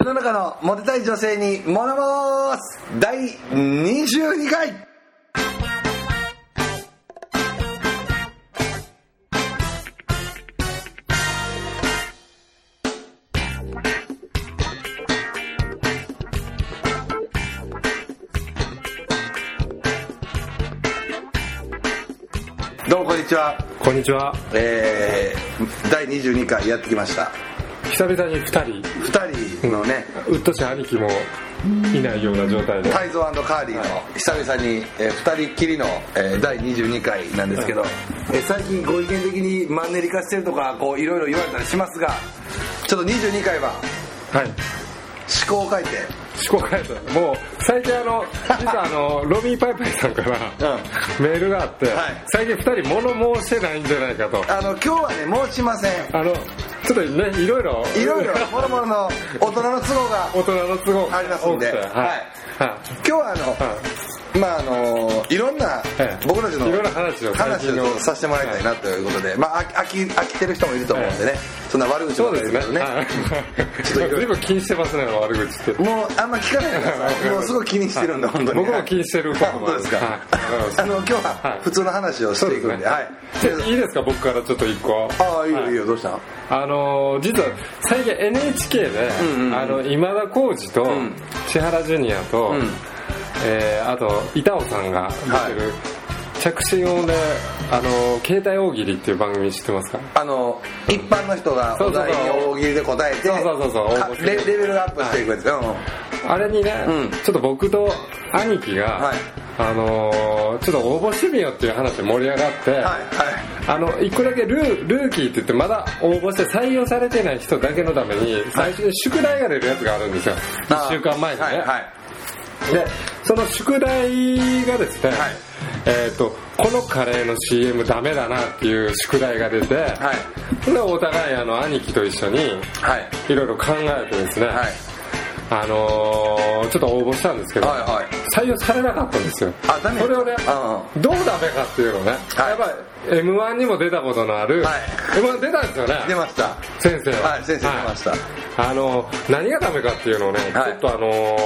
の中のモテたい女性に物申す第22回。どうもこんにちは。 こんにちは。 第22回やってきました。 久々に2人のね、 うっとし兄貴もいないような状態で、 タイゾ&カーリーの久々に2人っきりの第22回なんですけど、最近ご意見的にマンネリ化してるとかこういろいろ言われたりしますが、ちょっと22回は思考を変えてもう最近実はロミーパイパイさんからメールがあって、最近2人物申してないんじゃないかと。 今日はね申しません。 ちょっとねいろいろもろもろの大人の都合がありますんで、今日はいろんな僕たちの話をさせてもらいたいなということで、飽きてる人もいると思うんでね、そんな悪口ばっかり言うけどね、 ちょっと随分気にしてますね、悪口って。 もうあんま聞かないでください。もうすごい気にしてるんで、本当に。 僕も気にしてることもある。 本当ですか。今日は普通の話をしていくんで、 いいですか、僕からちょっと一個。 いいよ、どうしたの？ 実は最近 NHK で今田耕司と千原ジュニアとあと板尾さんが出てる着信音で携帯大喜利っていう番組知ってますか？ 一般の人がお題に大喜利で答えてレベルアップしていくやつ。 あれにね、ちょっと僕と兄貴がちょっと応募してみようっていう話で盛り上がって、一個だけルーキーって言ってまだ応募して採用されてない人だけのために最初に宿題が出るやつがあるんですよ、1週間前にね。でその宿題がですね、このカレーの CM ダメだなっていう宿題が出て、それをお互い兄貴と一緒にいろいろ考えてですね、ちょっと応募したんですけど、採用されなかったんですよ。それをね、どうダメかっていうのね、やっぱり M1 にも出たことのある、M1 出たんですよね。 出ました。 先生は。 先生出ました。 何がダメかっていうのをね、ちょっと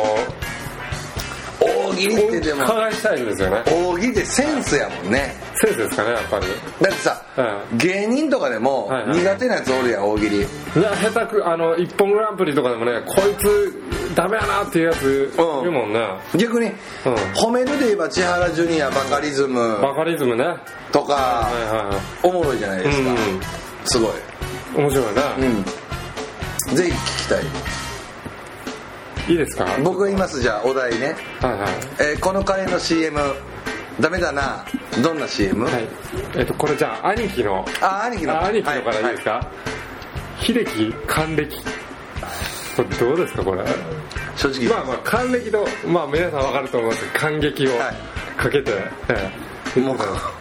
大喜利ってでも伺いしたいんですよね。 大喜利ってセンスやもんね。 センスですかね、やっぱり。 だってさ、芸人とかでも苦手なやつおるやん、大喜利。いや、 下手く一本グランプリとかでもね、こいつダメやなっていうやついるもんね。 逆に褒めるで言えば千原ジュニアバカリズムねとかおもろいじゃないですか。すごい面白いな。 ぜひ聞きたい。 いいですか？ 僕が言います。じゃあお題ね。このカレーの CM ダメだな、どんな CM？ これじゃあ兄貴のからいいですか？秀樹還暦、これどうですか？これ正直還暦と皆さん分かると思いますけど、還暦をかけてもう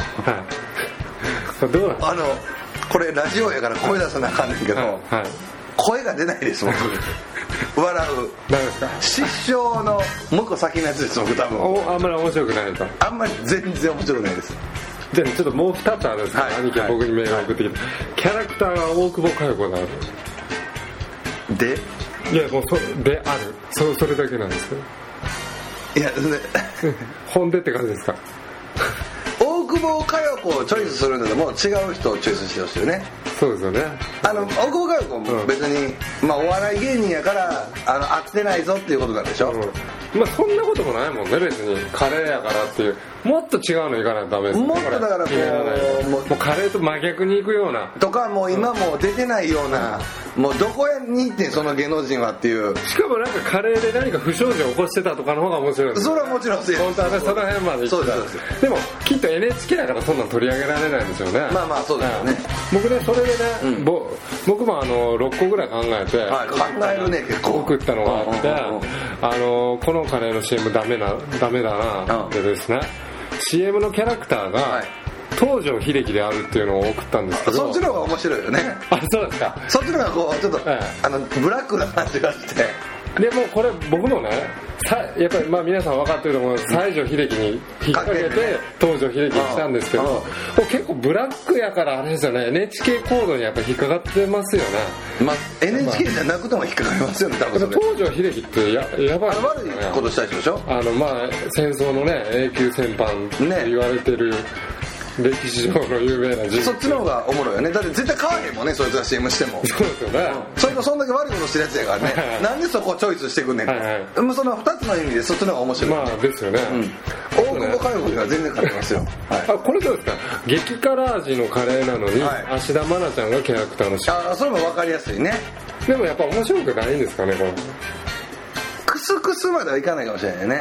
どうなの？ これラジオやから声出さなあかんねんけど、声が出ないです僕。笑う。 ダメですか？ 失笑のもう一個先のやつです、僕多分。 あんまり面白くないと。 あんまり全然面白くないです。 じゃあちょっともう2つあるんですけど、兄貴は僕にメールを送ってきて、キャラクターが大久保佳代子である。 で？ いや、もうである。それだけなんですけど。 いや、 本でって感じですか？ 大久保佳代子をチョイスするのでも違う人をチョイスしてほしいよね。 そうですよね。 大久保佳代子も別に、お笑い芸人やから合ってないぞっていうことなんでしょ。 そんなこともないもんね、別に。カレーやからっていう、もっと違うのいかないとダメです。 もっとだからもうカレーと真逆に行くようなとか、もう今もう出てないような、もうどこに行ってその芸能人はっていう。 しかもなんかカレーで何か不祥事を起こしてたとかの方が面白い。 それはもちろんですよ。 本当はね、その辺まで行ってた。でもきっと NHK だからそんなの取り上げられないんでしょうね。 そうですよね。 僕ね、それでね、僕も6個ぐらい考えて、 考えるね、結構送ったのがあって、このカレーの CM ダメだなでですね、CM のキャラクターが東條英機であるっていうのを送ったんですけど、 そっちの方が面白いよね。 そうですか。 そっちの方がこうちょっとブラックな感じがして。 でもこれ僕もね、 やっぱりまあ皆さん分かってると思う西城秀樹に引っ掛けて東條秀樹にしたんですけど、もう結構ブラックやからあれですよね、 NHK コードにやっぱ引っかかってますよね。 まあ NHK じゃなくても引っかかりますよね、多分それ。 東條秀樹ってやばい、 悪いことした人でしょ。 まあ戦争のね永久戦犯って言われてる、歴史上の有名な人物。 そっちの方がおもろいよね。だって絶対買わへんもんね、そいつが CM しても。 そうですよね、 それとそんだけ悪いことしてるやつやからねなんでそこをチョイスしてくんねんって、もうその2つの意味でそっちの方が面白い。 まあですよね、 大久保佳代子には全然勝ってますよ。 これどうですか、激辛味のカレーなのに芦田愛菜ちゃんがキャラクターの人。 それも分かりやすいね。 でもやっぱ面白くないんですかね、これ。 クスクスまではいかないかもしれないね。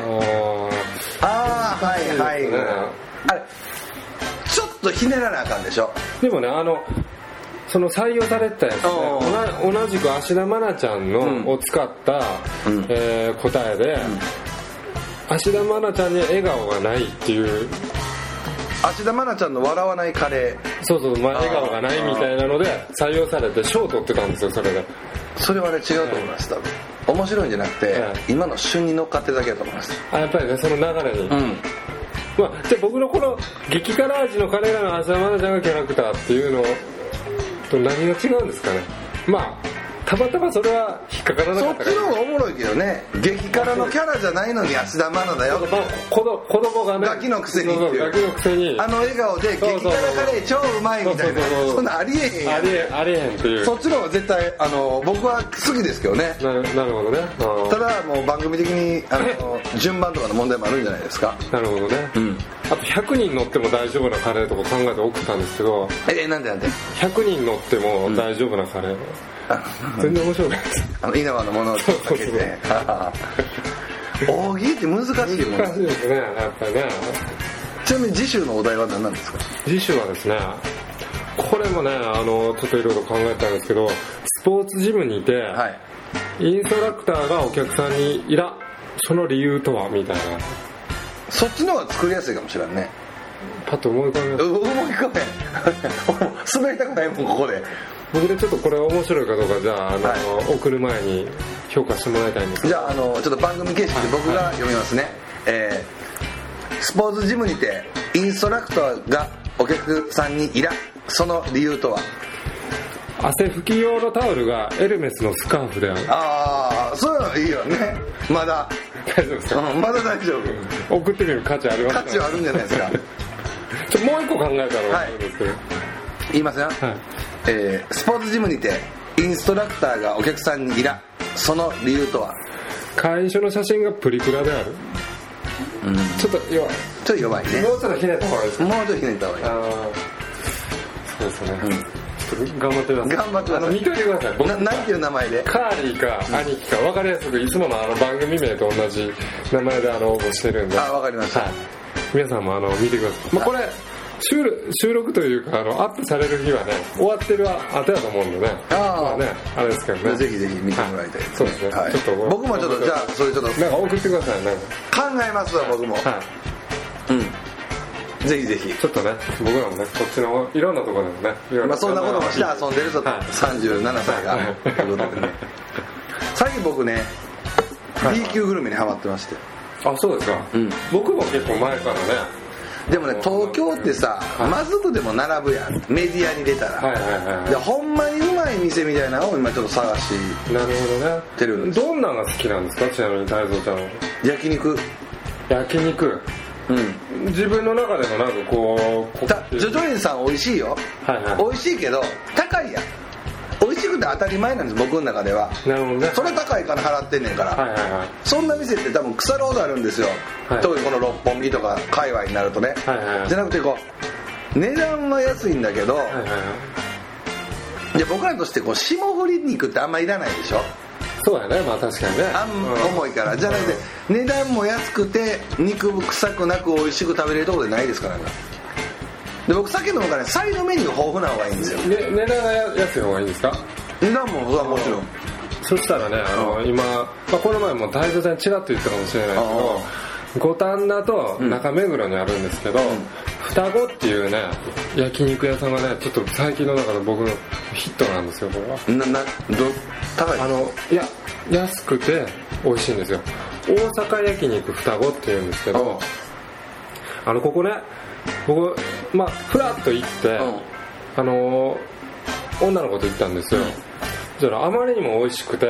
はいはい、あれちょっとひねらなあかんでしょ。 でもね、その採用されたやつね、同じく芦田愛菜ちゃんのを使った、答えで、芦田愛菜ちゃんに笑顔がないっていう、 芦田愛菜ちゃんの笑わないカレー、 そう、笑顔がないみたいなので採用されて賞を取ってたんですよ。それでそれはね違うと思います。多分面白いんじゃなくて、今の旬に乗っかってるだけだと思います。 やっぱりね、その流れに、じゃあ僕のこの激辛味のカレーの芦田愛菜ちゃんがキャラクターっていうのと何が違うんですかね。たまたまそれは引っかからなかったから。 そっちの方がおもろいけどね。激辛のキャラじゃないのに芦田愛菜だよ。 子供がね、 ガキのくせにっていう。 ガキのくせに。 笑顔で激辛カレー超うまいみたいな。そんなありえへんやん。 ありえへんっていう。 そっちの方が絶対僕は好きですけどね。 なるほどね。 ただもう番組的に順番とかの問題もあるんじゃないですか。 なるほどね。あと100人乗っても大丈夫なカレーとか考えて送ったんですけど。 なんで 100人乗っても大丈夫なカレー。全然面白くないです。 稲葉のものをかけて大喜利って難しいもん。 難しいですね、やっぱりね。 ちなみに次週のお題は何なんですか。 次週はですね、これもねちょっといろいろ考えたんですけど、スポーツジムにいて、インストラクターがお客さんにいらその理由とはみたいな。 そっちの方が作りやすいかもしれんね。 パッと思い浮かべます。 思い浮かべ滑りたくないもんここで。 僕でちょっとこれ面白いかどうか、じゃあ送る前に評価してもらいたいんです。 じゃあちょっと番組形式で僕が読みますね。スポーツジムにてインストラクターがお客さんにいらその理由とは。 汗拭き用のタオルがエルメスのスカーフである。 そういうのいいよね。まだ大丈夫ですか。 まだ大丈夫。送ってみる価値ありますか。 価値はあるんじゃないですか。 もう一個考えたら分かるんですけど、 言いますよ。スポーツジムにてインストラクターがお客さんにいらその理由とは。 会員証の写真がプリクラである。ちょっと弱い。 ちょっと弱いね。 もうちょっとひねった方がいいですか。 もうちょっとひねった方がいい。 そうですね。頑張ってください。 頑張ってください。 見といてください。僕何ていう名前で。 カーリーか兄貴か分かりやすくいつもの番組名と同じ名前で応募してるんで。 分かりました。 皆さんも見てください。これ収録というかアップされる日はね終わってる後やと思うんでね。あれですけどね。 ぜひぜひ見てもらいたい。 そうですね。ちょっと僕もちょっとじゃあそれちょっとなんか送ってください。 考えますわ僕も。ぜひぜひ。 ちょっとね僕らもねこっちのいろんなところでもね。 そんなこともして遊んでるぞと37歳がということでね。最近僕ね B 級グルメにハマってまして。 そうですか。僕も結構前からね。 でもね東京ってさ、まずくでも並ぶやん、メディアに出たら。でほんまにうまい店みたいなのを今ちょっと探してるんです。 どんなのが好きなんですか、ちなみに太蔵ちゃんは。 焼肉。 自分の中でもなんかこうジョジョ園さん美味しいよ。美味しいけど高いやん。美味しくて当たり前なんです僕の中では。 なるほどね。 それ高いから払ってんねんから。そんな店って多分腐るほどあるんですよ。特にこの六本木とか界隈になるとね。じゃなくて値段は安いんだけど、僕らとして霜降り肉ってあんまいらないでしょ。 そうやね、確かにね。 重いから。じゃなくて値段も安くて肉臭くなく美味しく食べれるところでないですからね。で僕酒飲むからねサイドメニュー豊富な方がいいんですよ。 値段が安い方がいいんですか。 値段ももちろん。 そしたらね今、この前も太蔵さんチラッと言ったかもしれないけど、五反田と中目黒にあるんですけど、双子っていうね焼肉屋さんがねちょっと最近の中で僕のヒットなんですよ。これは高い。いや安くて美味しいんですよ。 大阪焼肉双子っていうんですけど、ここね僕フラッと行って、女の子と行ったんですよ。じゃああまりにも美味しくて、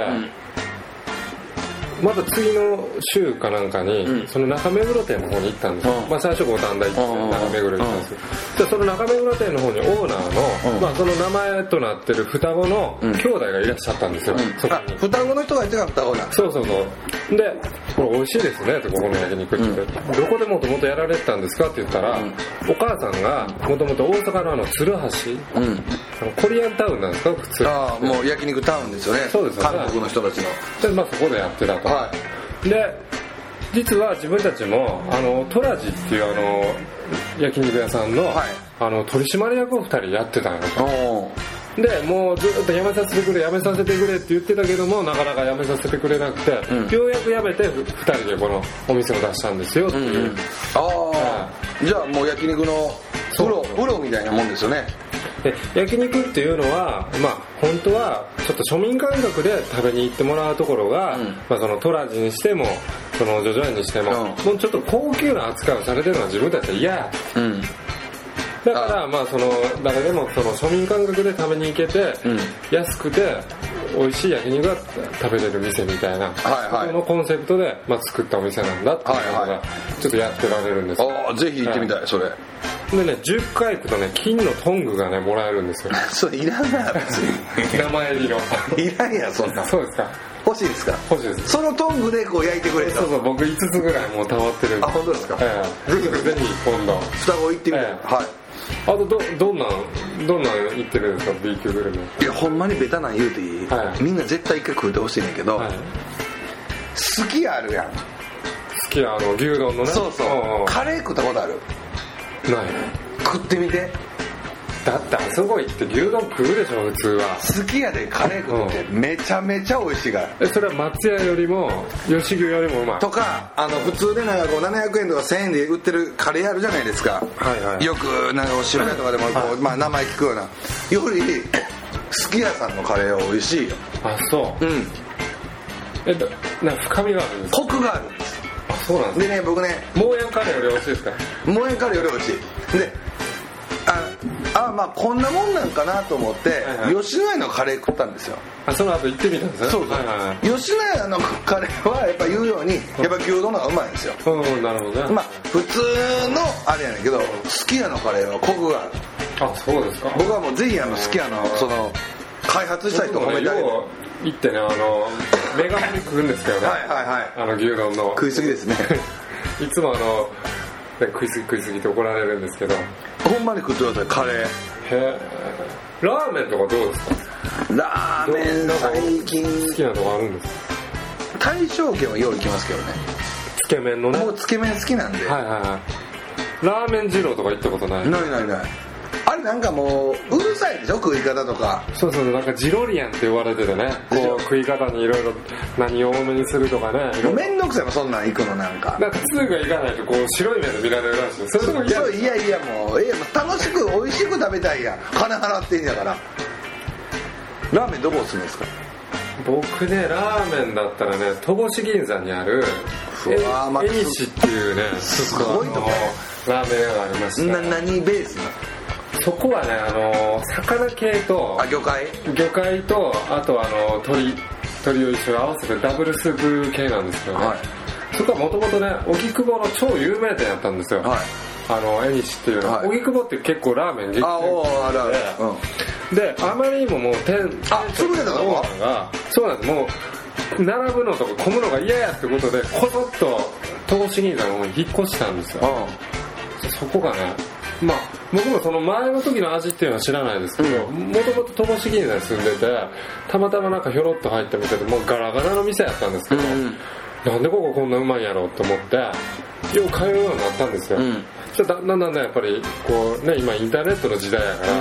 また次の週かなんかに、その中目黒店の方に行ったんですよ。最初五反田行って中目黒行ったんですよ。じゃあその中目黒店の方にオーナーの、その名前となってる双子の兄弟がいらっしゃったんですよ。そこに双子の人がいてから双子なん。 そうで、これ美味しいですねって、ここの焼肉って、どこでもともとやられてたんですかって言ったら、お母さんがもともと大阪の鶴橋、コリアンタウンなんですか普通。 もう焼肉タウンですよね。 そうですよね。 韓国の人たちの。 でそこでやってたと。で実は自分たちもトラジっていう焼肉屋さんの、取締役を2人やってたんよと。でもうずっと辞めさせてくれって言ってたけども、なかなか辞めさせてくれなくて、ようやく辞めて2人でこのお店を出したんですよっていう、 じゃあもう焼肉のプロみたいなもんですよね。 で焼肉っていうのは、本当はちょっと庶民感覚で食べに行ってもらうところが、そのトラジにしてもそのジョジョ園にしても、もうちょっと高級な扱いをされてるのは自分たちは嫌や、だからその誰でもその庶民感覚で食べに行けて、安くて美味しい焼肉が食べれる店みたいな、そのコンセプトで作ったお店なんだっていうのがちょっとやってられるんですよ。 ぜひ行ってみたい、それでね、10回行くとね、金のトングがねもらえるんですよ。 それいらんな別に名前入りのいらんやそんな。 そうですか。 欲しいですか。 欲しいです。 そのトングでこう焼いてくれと。 そう僕5つぐらいもう溜まってるんで。 本当ですか。 ぜひ今度双子行ってみたい。 あとどんなん言ってるんですか B 級グルメ。 いやほんまにベタなん言うていい、みんな絶対一回食うてほしいねんけど、すき家あるやん。 すき家牛丼のね。 そうカレー食ったことある？ ない。 食ってみて。 だってあそこ行って牛丼食うでしょ普通は。 すき家でカレー食ってめちゃめちゃ美味しいから。 それは松屋よりも吉牛よりもうまいとか、普通でなんかこう700円とか1000円で売ってるカレーあるじゃないですか。よくなんかお渋谷とかでもこう、名前聞くようなよりすき家さんのカレーは美味しいよ。 そう。なんか深みがあるんですか。 コクがあるんです。 そうなんです。 でね、僕ね、 モーヤンカレーより美味しいですか。 モーヤンカレーより美味しいで、こんなもんなんかなと思って、吉野家のカレー食ったんですよ。 その後行ってみたんですね。 そう吉野家のカレーはやっぱ言うようにやっぱ牛丼の方がうまいんですよ。 なるほどね。 普通のあれやねんけど、すき家のカレーはコクがある。 そうですか。 僕はもうぜひすき家のその開発した人褒めてあげる。 行ってねメガ盛り食うんですけどね。牛丼の食いすぎですね。 いつも食いすぎて怒られるんですけど、 ほんまに食ってくださいカレー。 ラーメンとかどうですか。 ラーメン最近好きなとこあるんですか。 大正軒はよう行きますけどね。 つけ麺のね。 僕つけ麺好きなんで。 ラーメン二郎とか行ったことない。 ない。あれなんかもううるさいでしょ食い方とか。 そうなんかジロリアンって言われててね、こう食い方にいろいろ何を多めにするとかね。 めんどくさいもそんなん行くのなんか通が行かないとこう白い目で見られるらしい。 そういやもう楽しく美味しく食べたいやん。金払ってんやから。ラーメンどこおすすめですか。 僕ねラーメンだったらね戸越銀座にあるえにしっていうねすごいとこラーメン屋がありまして、 何ベースなの。 そこはね魚系と魚介とあと鶏を一緒に合わせてダブルスープ系なんですけどね、そこはもともとね荻窪の超有名店やったんですよ。えにしっていうのは荻窪って結構ラーメン激戦で、あまりにももう店潰れたのがそうなんです。もう並ぶのとか混むのが嫌やってことでこぞっと戸越銀座の方に引っ越したんですよ。そこがね僕もその前の時の味っていうのは知らないですけど、もともと戸越銀座に住んでてたまたまなんかひょろっと入った店でもうガラガラの店やったんですけど、なんでこここんなうまいんやろうと思ってよう通うようになったんですよ。だんだんやっぱりこうね今インターネットの時代やから、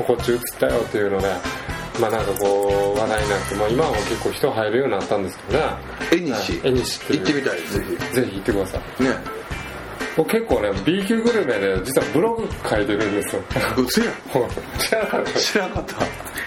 こっち移ったよっていうのでなんかこう話題になって、今は結構人入るようになったんですけどね。 えにしって行ってみたい。 ぜひ行ってくださいね。僕結構ね B 級グルメで実はブログ書いてるんですよ。 うそや。 知らなかった。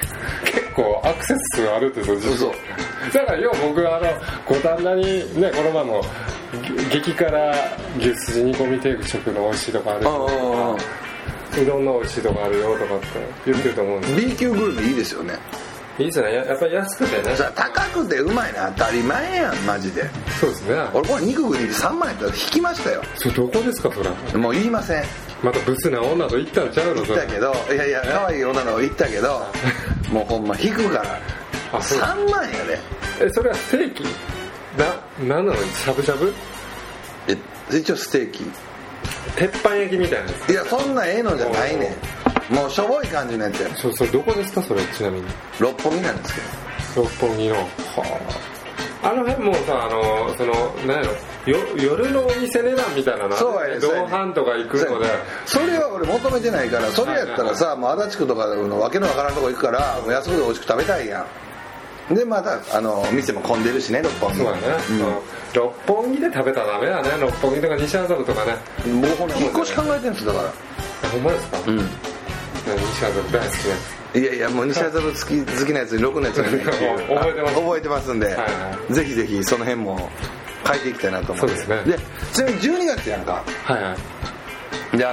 結構アクセス数あるって言うとそうだから要は僕は五反田にねこの前も激辛牛すじ煮込み定食の美味しいとこあるようどんの美味しいとこあるよとかって言ってると思うんです。 B 級グルメいいですよね。 いいですね。やっぱり安くてね、 高くてうまいな当たり前やんマジで。 そうですね。 俺これ肉食いに3万円やったら引きましたよ。 それどこですかそれ。もう言いません。 またブスな女と行ったんちゃうの。 行ったけどいや可愛い女の子行ったけどもうほんま引くから3万やで。 それはステーキ何なのにしゃぶしゃぶ。 一応ステーキ鉄板焼きみたいなやつ。 いやそんなええのじゃないねん。もうしょぼい感じのやつや。 それどこですかそれ。ちなみに六本木なんですけど。六本木のあの辺もさ何やろ夜のお店値段みたいなのそうやね。 同伴とか行くのでそれは俺求めてないから。それやったらさもう足立区とかのわけのわからんとこ行くからもう安くて美味しく食べたいやん。でまた店も混んでるしね六本木。 そうやね、六本木で食べたらダメだね。六本木とか西麻布とかね。 僕引っ越し考えてるんですだから。 ほんまですか。西麻布大好きなやつ。 いやもう西麻布好きなやつに6のやつがね覚えてますんで、ぜひぜひその辺も変えていきたいなと思って。 そうですね。 でちなみに12月やんか。で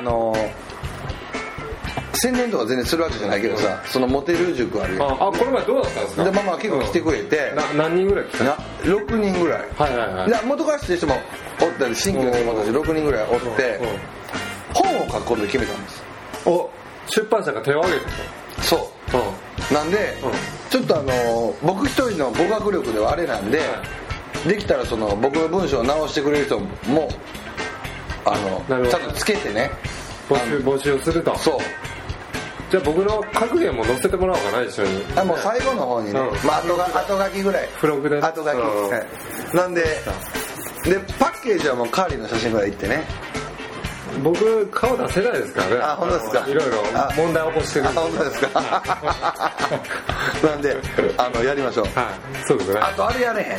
宣伝とか全然するわけじゃないけどさ、そのモテる塾あるよ。 これ前どうだったんですか。 でママ結構来てくれて、 何人ぐらい来た。 6人ぐらい。元から知ってる人もおったり新規の友達6人ぐらいおって本を書くことで決めたんです。 出版社が手を挙げてた。 そうなんでちょっと僕一人の語学力ではあれなんで、できたら僕の文章を直してくれる人もちゃんとつけてね募集をすると。そうじゃあ僕の格言も載せてもらおうかな一緒に。 もう最後の方にね、後書きぐらい付録でね。 後書きなんでパッケージはもうカーリーの写真ぐらいいってね。 僕顔出せないですからね。 本当ですか。 いろいろ問題起こしてるんで。 本当ですか。なんでやりましょう。 そうですね。 あとあれやれへん。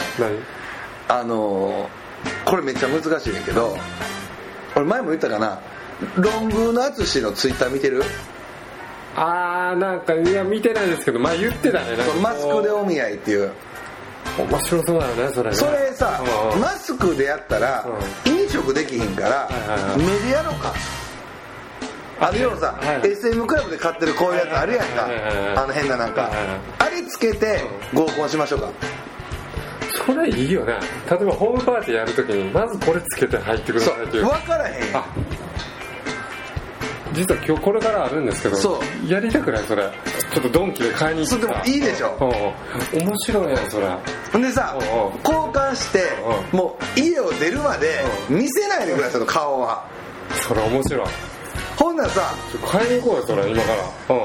これめっちゃ難しいんやけど、俺前も言ったかな、論文の淳のツイッター見てる？ なんかいや見てないですけど前言ってたね。 マスクでお見合いっていう。 面白そうだよねそれね。 それさマスクでやったら飲食できひんから目でやろうか。要はさ SM クラブで買ってるこういうやつあるやんか。変ななんかあれつけて合コンしましょうか。 それいいよね。例えばホームパーティーやるときにまずこれつけて入ってくださいっていう。 分からへん。 実は今日これからあるんですけど、やりたくないそれ。ちょっとドンキで買いに行った。 それでもいいでしょ。 面白いやんそれ。 ほんでさ交換してもう家を出るまで見せないでくださいと顔は。 それ面白い。 ほんならさ買いに行こうよそれ今から。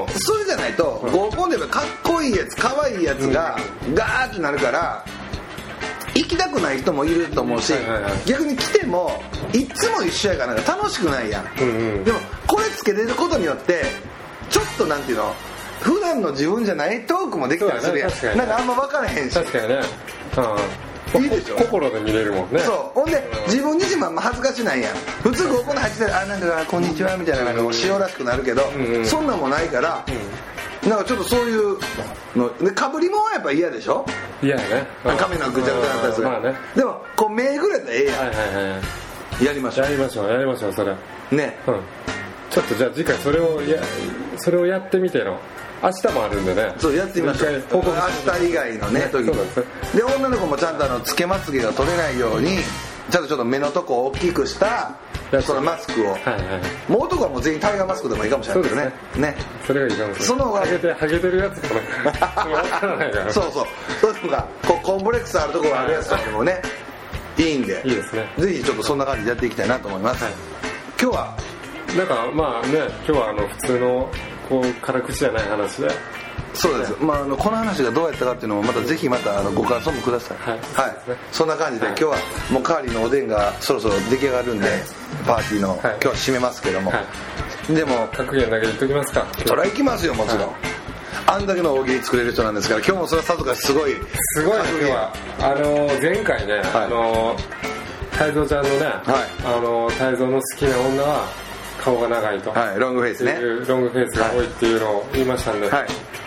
それじゃないと合コンでかっこいいやつ可愛いやつがガーってなるから行きたくない人もいると思うし、逆に来てもいつも一緒やから楽しくないやん。でもこれつけてることによってちょっとなんていうの普段の自分じゃないトークもできたりするやん。なんかあんま分からへんし。 確かにね。 いいでしょ。 心で見れるもんね。 そうほんで自分自身もあんま恥ずかしないやん。普通合コンで入ってたらなんかこんにちはみたいななんか塩らしくなるけど、そんなんもないからなんかちょっとそういうのでかぶりもんはやっぱ嫌でしょ。 嫌やね。 髪のぐちゃぐちゃになったりする。でもこう目ぐらいだったらええやん。やりましょうそれね。ちょっとじゃあ次回それをやってみての。明日もあるんでね。そうやってみましょう。明日以外のね時で女の子もちゃんとつけまつげが取れないようにちょっと目のとこを大きくしたそのマスクを、もう男はもう全員タイガーマスクでもいいかもしれないけどね。 それがいいかもしれない。そのハゲてるやつとか分からないから。そうとかコンプレックスあるところあるやつとかでもねいいんで、 いいですね。 ぜひちょっとそんな感じでやっていきたいなと思います。今日はなんかまあね今日は普通のこう辛口じゃない話で。 そうです。この話がどうやったかっていうのもまたぜひまたご感想もください。そんな感じで今日はもうカーリーのおでんがそろそろ出来上がるんでパーティーの今日は締めますけども、でも格言だけ言っときますか。 それは行きますよもちろん。あんだけの大喜利作れる人なんですから今日もそれはさぞかしすごい今日は前回ね泰造ちゃんのね泰造の好きな女は顔が長いと、 ロングフェイスね。 ロングフェイスが多いっていうのを言いましたんで、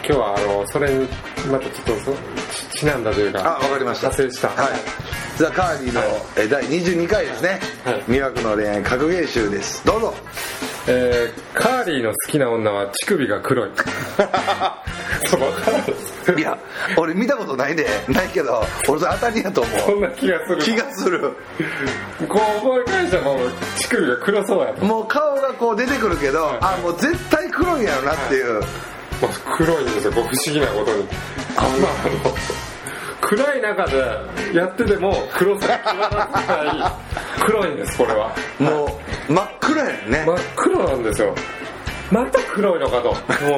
今日はそれにまたちょっとちなんだというか、 わかりました。 派生した、 はい、ザ・カーリーの、第22回ですね、魅惑の恋愛格言集です。どうぞ。 カーリーの好きな女は乳首が黒い。そう、分からないです。 いや、俺見たことないけど、俺それ当たりやと思う。 そんな気がする。こう思い返したらもう乳首が黒そうやと。 もう顔がこう出てくるけど、もう絶対黒いんやろなっていう。 まあ、黒いんですよ、不思議なことに。暗い中でやってても黒さが際立つくらい黒いんです、これは。 もう真っ黒やね。 真っ黒なんですよ。また黒いのかと。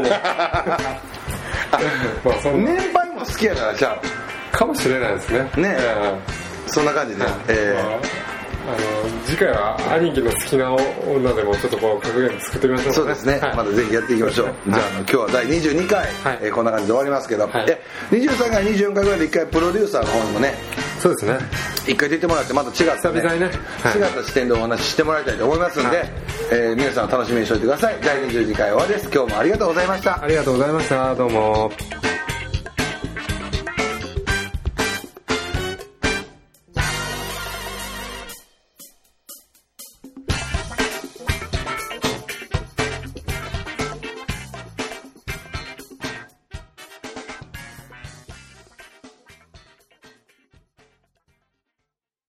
まあ、年配も好きやからじゃあかもしれないですね。 そんな感じで、 次回は兄貴の好きな女でもちょっとこう格言作ってみましょう。 そうですね、またぜひやっていきましょう。じゃあ今日は第22回、こんな感じで終わりますけど、23回24回ぐらいで1回プロデューサーの方にもね、 そうですね、 1回出てもらってまた違った、 久々にね、 違った視点でお話ししてもらいたいと思いますんで、皆さん楽しみにしておいてください。第22回終わりです。今日もありがとうございました。 ありがとうございました。どうも。